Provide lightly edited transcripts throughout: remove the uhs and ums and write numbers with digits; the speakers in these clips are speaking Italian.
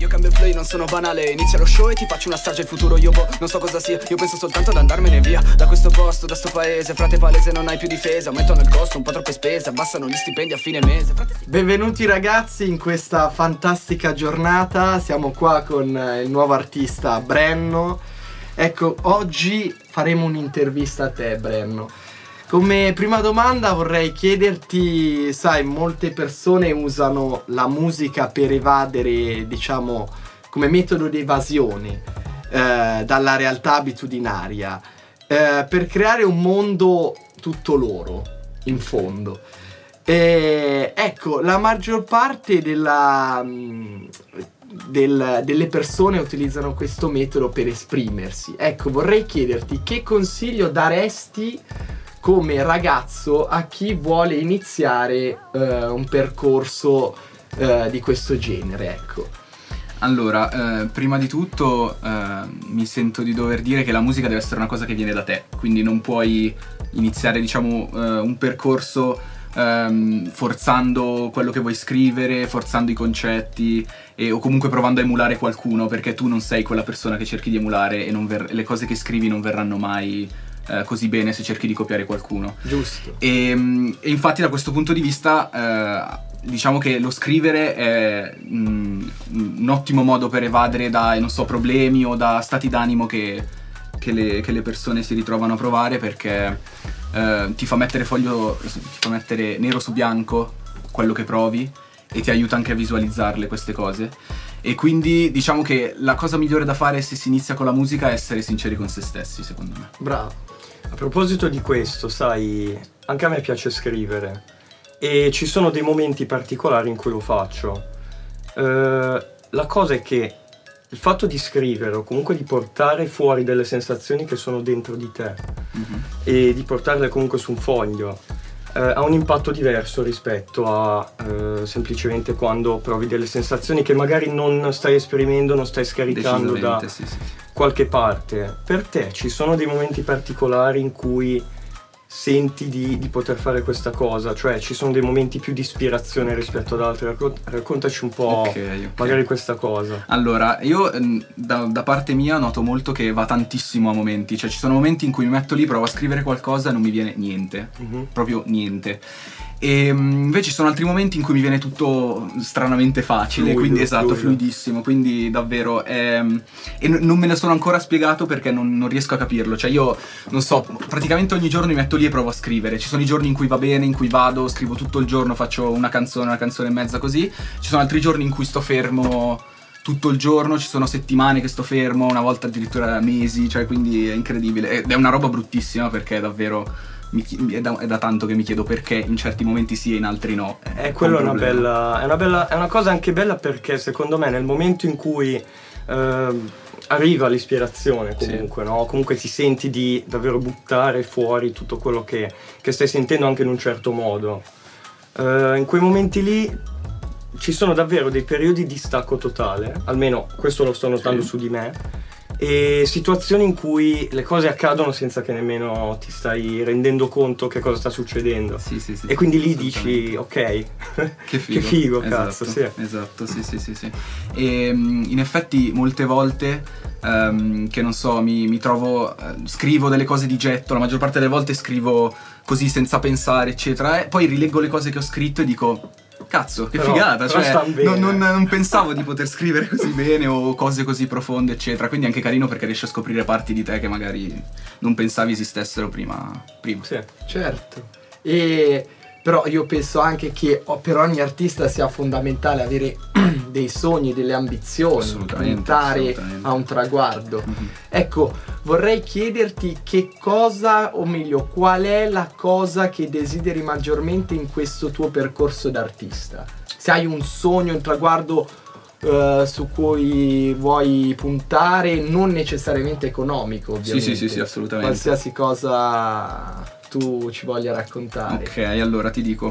cambio il play, non sono banale. Inizia lo show e ti faccio una strage, il futuro io non so cosa sia. Io penso soltanto ad andarmene via da questo posto, da sto paese. Frate palese, non hai più difesa, aumentano il costo, un po' troppe spese, abbassano gli stipendi a fine mese. Benvenuti ragazzi in questa fantastica giornata. Siamo qua con il nuovo artista Brenno. Ecco, oggi faremo un'intervista a te, Brenno. Come prima domanda vorrei chiederti, sai, molte persone usano la musica per evadere, diciamo, come metodo di evasione dalla realtà abitudinaria, per creare un mondo tutto loro, in fondo. Ecco, la maggior parte delle persone utilizzano questo metodo per esprimersi. Ecco, vorrei chiederti che consiglio daresti come ragazzo a chi vuole iniziare un percorso di questo genere, ecco. Allora, prima di tutto mi sento di dover dire che la musica deve essere una cosa che viene da te, quindi non puoi iniziare, diciamo, un percorso forzando quello che vuoi scrivere, forzando i concetti o comunque provando a emulare qualcuno, perché tu non sei quella persona che cerchi di emulare e le cose che scrivi non verranno mai così bene se cerchi di copiare qualcuno. Giusto. E infatti da questo punto di vista diciamo che lo scrivere è un ottimo modo per evadere da, non so, problemi o da stati d'animo che le persone si ritrovano a provare, perché ti fa mettere nero su bianco quello che provi e ti aiuta anche a visualizzarle queste cose. E quindi diciamo che la cosa migliore da fare se si inizia con la musica è essere sinceri con se stessi, secondo me. Bravo. A proposito di questo, sai, anche a me piace scrivere e ci sono dei momenti particolari in cui lo faccio. La cosa è che il fatto di scrivere o comunque di portare fuori delle sensazioni che sono dentro di te e di portarle comunque su un foglio ha un impatto diverso rispetto a semplicemente quando provi delle sensazioni che magari non stai esprimendo, non stai scaricando da qualche parte. Per te ci sono dei momenti particolari in cui senti di poter fare questa cosa? Cioè ci sono dei momenti più di ispirazione rispetto ad altri? Raccontaci un po', okay. Magari questa cosa. Allora, io da parte mia noto molto che va tantissimo a momenti. Cioè ci sono momenti in cui mi metto lì, provo a scrivere qualcosa e non mi viene niente, proprio niente. E invece ci sono altri momenti in cui mi viene tutto stranamente facile, quindi esatto, fluidissimo, quindi davvero e non me ne sono ancora spiegato perché non riesco a capirlo. Cioè io, non so, praticamente ogni giorno mi metto lì e provo a scrivere. Ci sono i giorni in cui va bene, in cui vado, scrivo tutto il giorno, faccio una canzone e mezza così. Ci sono altri giorni in cui sto fermo tutto il giorno, ci sono settimane che sto fermo, una volta addirittura mesi, cioè quindi è incredibile. Ed è una roba bruttissima perché davvero è da tanto che mi chiedo perché in certi momenti sì e in altri no. Quello è una cosa anche bella, perché secondo me nel momento in cui arriva l'ispirazione comunque, sì, no? Comunque ti senti di davvero buttare fuori tutto quello che stai sentendo anche in un certo modo. In quei momenti lì ci sono davvero dei periodi di stacco totale, almeno questo lo sto notando, sì, su di me, e situazioni in cui le cose accadono senza che nemmeno ti stai rendendo conto che cosa sta succedendo. Sì. E quindi lì dici ok, che figo, esatto, cazzo, sì. Esatto, sì. E in effetti molte volte che non so, mi trovo, scrivo delle cose di getto, la maggior parte delle volte scrivo così senza pensare eccetera, e poi rileggo le cose che ho scritto e dico cazzo, che figata, cioè non pensavo di poter scrivere così bene o cose così profonde eccetera, quindi è anche carino perché riesci a scoprire parti di te che magari non pensavi esistessero prima. Sì, certo. Però io penso anche che per ogni artista sia fondamentale avere dei sogni, delle ambizioni, puntare a un traguardo. Ecco, vorrei chiederti che cosa, o meglio, qual è la cosa che desideri maggiormente in questo tuo percorso d'artista? Se hai un sogno, un traguardo su cui vuoi puntare, non necessariamente economico, ovviamente. Sì, assolutamente. Qualsiasi cosa tu ci voglia raccontare. Ok, allora ti dico,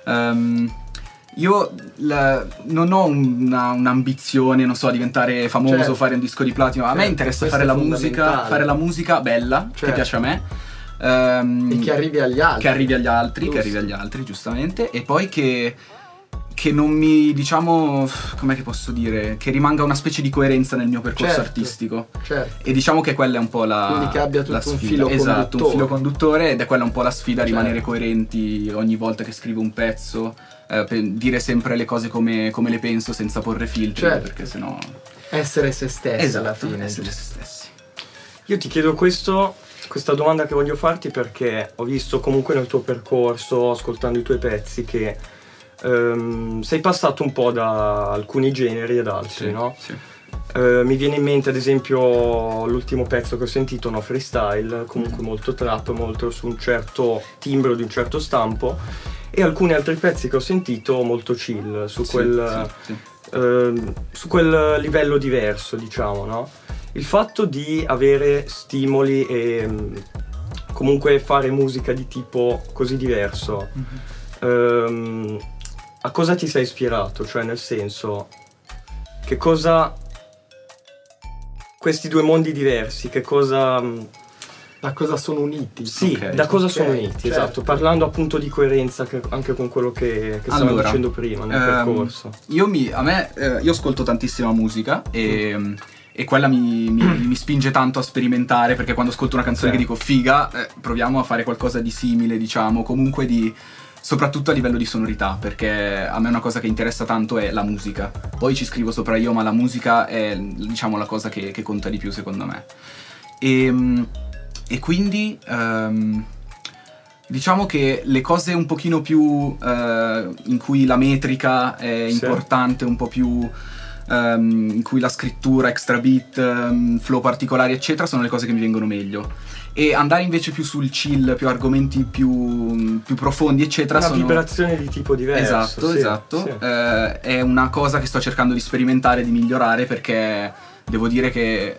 io non ho un'ambizione, non so, diventare famoso, certo, fare un disco di platino. A me interessa fare la musica bella, certo, che piace a me, e che arrivi agli altri. Che arrivi agli altri, giustamente. E poi che che non mi, diciamo, com'è che posso dire, che rimanga una specie di coerenza nel mio percorso Certo, artistico. certo. E diciamo che quella è un po' Quindi che abbia tutto la un sfida. filo Esatto, un conduttore. filo conduttore, ed è quella un po' la sfida, Certo. rimanere coerenti ogni volta che scrivo un pezzo, per dire sempre le cose come le penso senza porre filtri, Certo. perché sennò... Essere se stessi Esatto, alla fine. essere se stessi. Io ti chiedo questa domanda che voglio farti perché ho visto comunque nel tuo percorso, ascoltando i tuoi pezzi, che sei passato un po' da alcuni generi ad altri, Sì, no? sì. Mi viene in mente ad esempio l'ultimo pezzo che ho sentito, No Freestyle, comunque molto trap, molto su un certo timbro, di un certo stampo, e alcuni altri pezzi che ho sentito molto chill, su Sì, quel... sì, sì. su quel livello diverso, diciamo, no? Il fatto di avere stimoli e comunque fare musica di tipo così diverso, a cosa ti sei ispirato? Cioè, nel senso, che cosa... questi due mondi diversi, che cosa... Da cosa sono uniti? Sì, Ok. da cosa Ok, sono uniti, certo. esatto, parlando appunto di coerenza anche con quello che stavamo Allora, dicendo prima nel percorso. Io ascolto tantissima musica e quella mi spinge tanto a sperimentare, perché quando ascolto una canzone Sì. che dico figa, proviamo a fare qualcosa di simile, diciamo, comunque soprattutto a livello di sonorità, perché a me una cosa che interessa tanto è la musica. Poi ci scrivo sopra io, ma la musica è, diciamo, la cosa che conta di più secondo me. E quindi diciamo che le cose un pochino più in cui la metrica è Sì. importante, un po' più in cui la scrittura, extra beat, flow particolari eccetera sono le cose che mi vengono meglio. E andare invece più sul chill, più argomenti più profondi eccetera, Una sono... vibrazione di tipo diverso. Esatto, sì, esatto. sì. È una cosa che sto cercando di sperimentare, di migliorare, perché devo dire che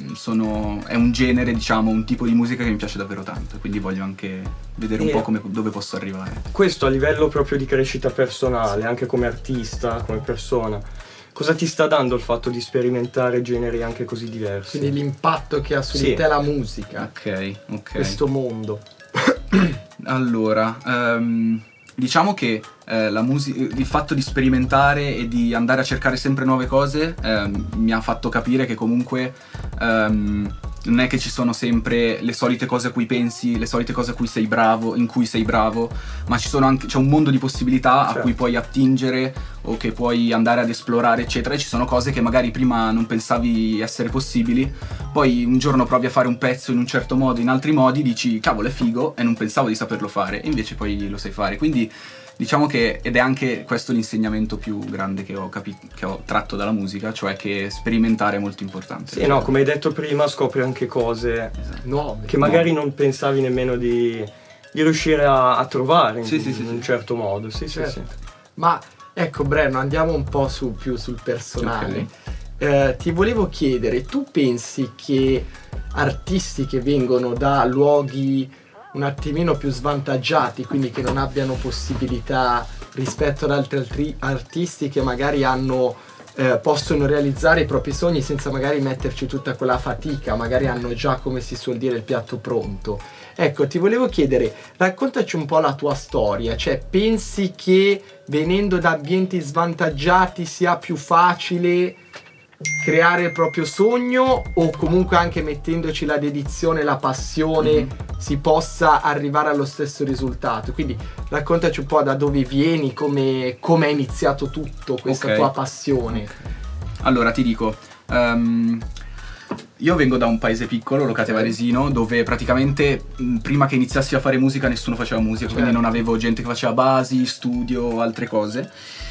è un genere, diciamo, un tipo di musica che mi piace davvero tanto, quindi voglio anche vedere un E- po' dove posso arrivare. Questo a livello proprio di crescita personale, anche come artista, come persona, cosa ti sta dando il fatto di sperimentare generi anche così diversi? Quindi l'impatto che ha su Sì. di te la musica, Ok. questo mondo. Allora, diciamo che il fatto di sperimentare e di andare a cercare sempre nuove cose mi ha fatto capire che comunque non è che ci sono sempre le solite cose a cui pensi, le solite cose in cui sei bravo, ma c'è un mondo di possibilità Certo. a cui puoi attingere o che puoi andare ad esplorare eccetera, e ci sono cose che magari prima non pensavi essere possibili, poi un giorno provi a fare un pezzo in un certo modo, in altri modi dici cavolo è figo e non pensavo di saperlo fare, e invece poi lo sai fare. Quindi diciamo che, ed è anche questo l'insegnamento più grande che ho tratto dalla musica, cioè che sperimentare è molto importante. Sì, no, come hai detto prima, scopri anche cose Esatto. Nuove. che magari non pensavi nemmeno di riuscire a trovare Sì, in sì, un certo modo. Sì, Certo. sì, sì. Ma ecco Brenno, andiamo un po' più sul personale. Ti volevo chiedere, tu pensi che artisti che vengono da luoghi un attimino più svantaggiati, quindi che non abbiano possibilità rispetto ad altri artisti che magari possono realizzare i propri sogni senza magari metterci tutta quella fatica, magari hanno già, come si suol dire, il piatto pronto. Ecco, ti volevo chiedere, raccontaci un po' la tua storia, cioè pensi che venendo da ambienti svantaggiati sia più facile creare il proprio sogno, o comunque anche mettendoci la dedizione, la passione si possa arrivare allo stesso risultato? Quindi raccontaci un po' da dove vieni, come è iniziato tutto, questa Ok. tua passione. Allora ti dico, io vengo da un paese piccolo, Locate Ok. Varesino, dove praticamente prima che iniziassi a fare musica nessuno faceva musica, quindi Certo. non avevo gente che faceva basi, studio o altre cose.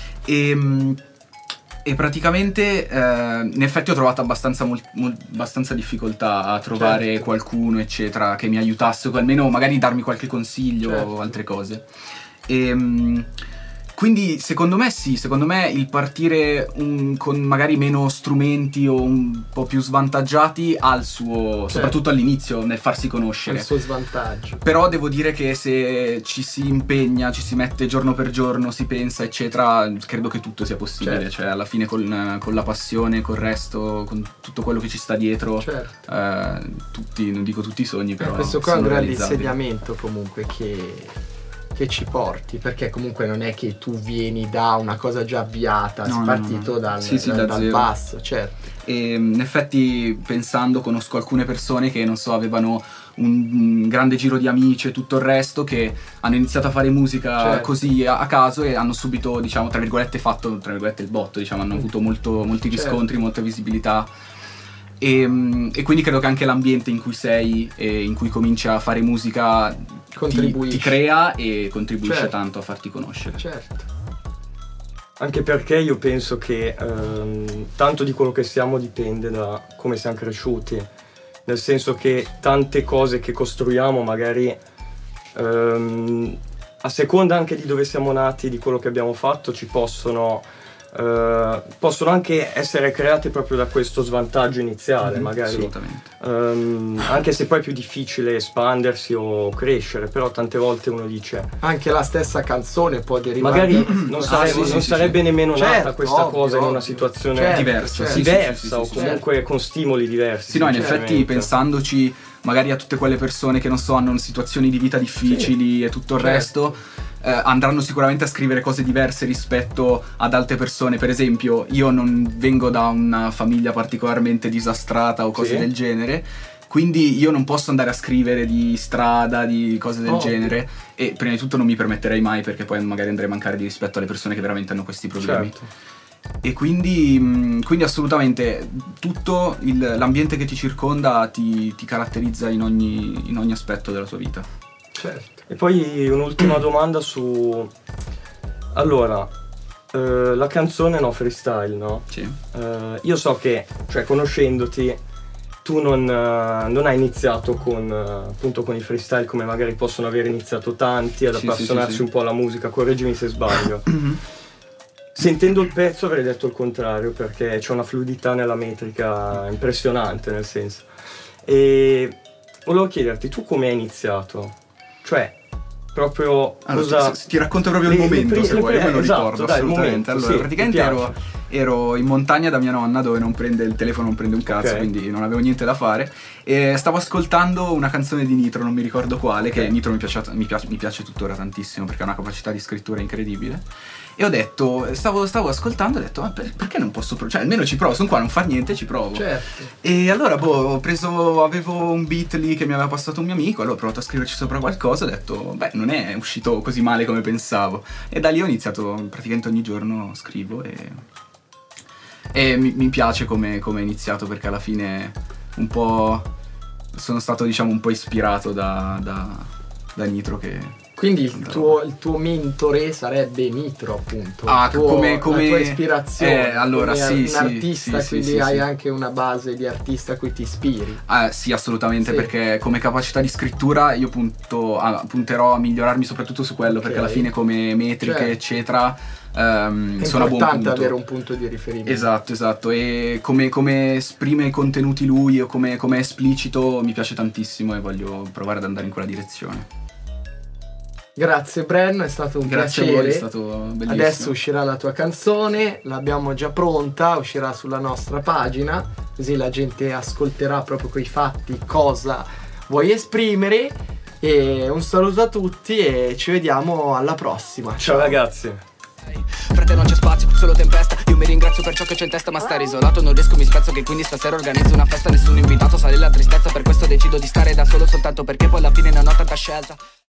E praticamente in effetti ho trovato abbastanza difficoltà a trovare Certo. qualcuno eccetera che mi aiutasse, o almeno magari darmi qualche consiglio Certo. o altre cose. Quindi secondo me il partire con magari meno strumenti o un po' più svantaggiati ha il suo, soprattutto all'inizio, nel farsi conoscere. Il suo svantaggio. Però devo dire che se ci si impegna, ci si mette giorno per giorno, si pensa eccetera, credo che tutto sia possibile. Certo. Cioè alla fine con la passione, col resto, con tutto quello che ci sta dietro, Certo. non dico tutti i sogni, però Questo qua è un sono grande realizzabili. insegnamento comunque, che che ci porti, perché comunque non è che tu vieni da una cosa già avviata, sei partito dal zero. basso, certo. E in effetti, pensando, conosco alcune persone che, non so, avevano un grande giro di amici e tutto il resto, che hanno iniziato a fare musica, certo, così a caso, e hanno subito, diciamo, tra virgolette, fatto, tra virgolette, il botto, diciamo, hanno avuto molti riscontri, certo, molta visibilità. E quindi credo che anche l'ambiente in cui sei e in cui cominci a fare musica ti crea e contribuisce, certo, tanto a farti conoscere. Certo. Anche perché io penso che tanto di quello che siamo dipende da come siamo cresciuti, nel senso che tante cose che costruiamo magari a seconda anche di dove siamo nati, di quello che abbiamo fatto, ci possono anche essere create proprio da questo svantaggio iniziale, magari. Assolutamente. Anche se poi è più difficile espandersi o crescere, però tante volte uno dice anche la stessa canzone può derivare magari non sarebbe nemmeno nata, certo, questa cosa in una situazione, certo, diversa, o comunque, certo, con stimoli diversi. Sì, no, in effetti, pensandoci magari a tutte quelle persone che, non so, hanno situazioni di vita difficili, sì, e tutto il, certo, resto, andranno sicuramente a scrivere cose diverse rispetto ad altre persone. Per esempio, io non vengo da una famiglia particolarmente disastrata o cose, sì, del genere, quindi io non posso andare a scrivere di strada, di cose del genere, e prima di tutto non mi permetterei mai, perché poi magari andrei a mancare di rispetto alle persone che veramente hanno questi problemi. Certo. E quindi assolutamente tutto l'ambiente che ti circonda ti caratterizza in ogni aspetto della tua vita. Certo. E poi un'ultima domanda su... Allora, la canzone, no, freestyle, no? Sì. Io so che, cioè, conoscendoti, tu non hai iniziato appunto con i freestyle come magari possono aver iniziato tanti ad appassionarsi un po' alla musica, correggimi se sbaglio. Sentendo il pezzo avrei detto il contrario, perché c'è una fluidità nella metrica impressionante, nel senso. E volevo chiederti, tu come hai iniziato? Cioè, proprio allora, ti racconto proprio il momento, se vuoi, io me lo ricordo, dai, assolutamente. Allora, sì, praticamente ero in montagna da mia nonna, dove non prende il telefono, non prende un cazzo, okay, quindi non avevo niente da fare, e stavo ascoltando una canzone di Nitro, non mi ricordo quale, che Nitro mi piace tuttora tantissimo, perché ha una capacità di scrittura incredibile. E ho detto, stavo ascoltando e ho detto, ma perché non posso provare? Cioè, almeno ci provo, sono qua, non fa niente, ci provo. Certo. E allora, avevo un beat lì che mi aveva passato un mio amico, allora ho provato a scriverci sopra qualcosa, ho detto, beh, non è uscito così male come pensavo. E da lì ho iniziato, praticamente ogni giorno scrivo, e mi piace come è iniziato, perché alla fine un po' sono stato, diciamo, un po' ispirato da Nitro, che... Quindi il tuo mentore sarebbe Nitro, appunto. Ah, la tua ispirazione. Allora, come sì, un artista, sì, quindi sì, hai sì, anche una base di artista a cui ti ispiri. Sì, assolutamente, sì, perché come capacità di scrittura io punterò a migliorarmi soprattutto su quello, okay, perché alla fine come metriche, certo, eccetera, è sono a buon punto. avere un punto di riferimento. Esatto, e come esprime i contenuti lui, o come è esplicito, mi piace tantissimo e voglio provare ad andare in quella direzione. Grazie Bren, è stato un piacere. Grazie a voi, è stato bellissimo. Adesso uscirà la tua canzone, l'abbiamo già pronta, uscirà sulla nostra pagina, così la gente ascolterà proprio quei fatti, cosa vuoi esprimere. E un saluto a tutti e ci vediamo alla prossima. Ciao ragazzi. Frate, non c'è spazio, solo tempesta. Io mi ringrazio per ciò che c'è in testa, ma stare isolato non riesco, mi spezzo, che quindi stasera organizzo una festa. Nessun invitato, sale la tristezza, per questo decido di stare da solo, soltanto perché poi alla fine non ho tanta scelta.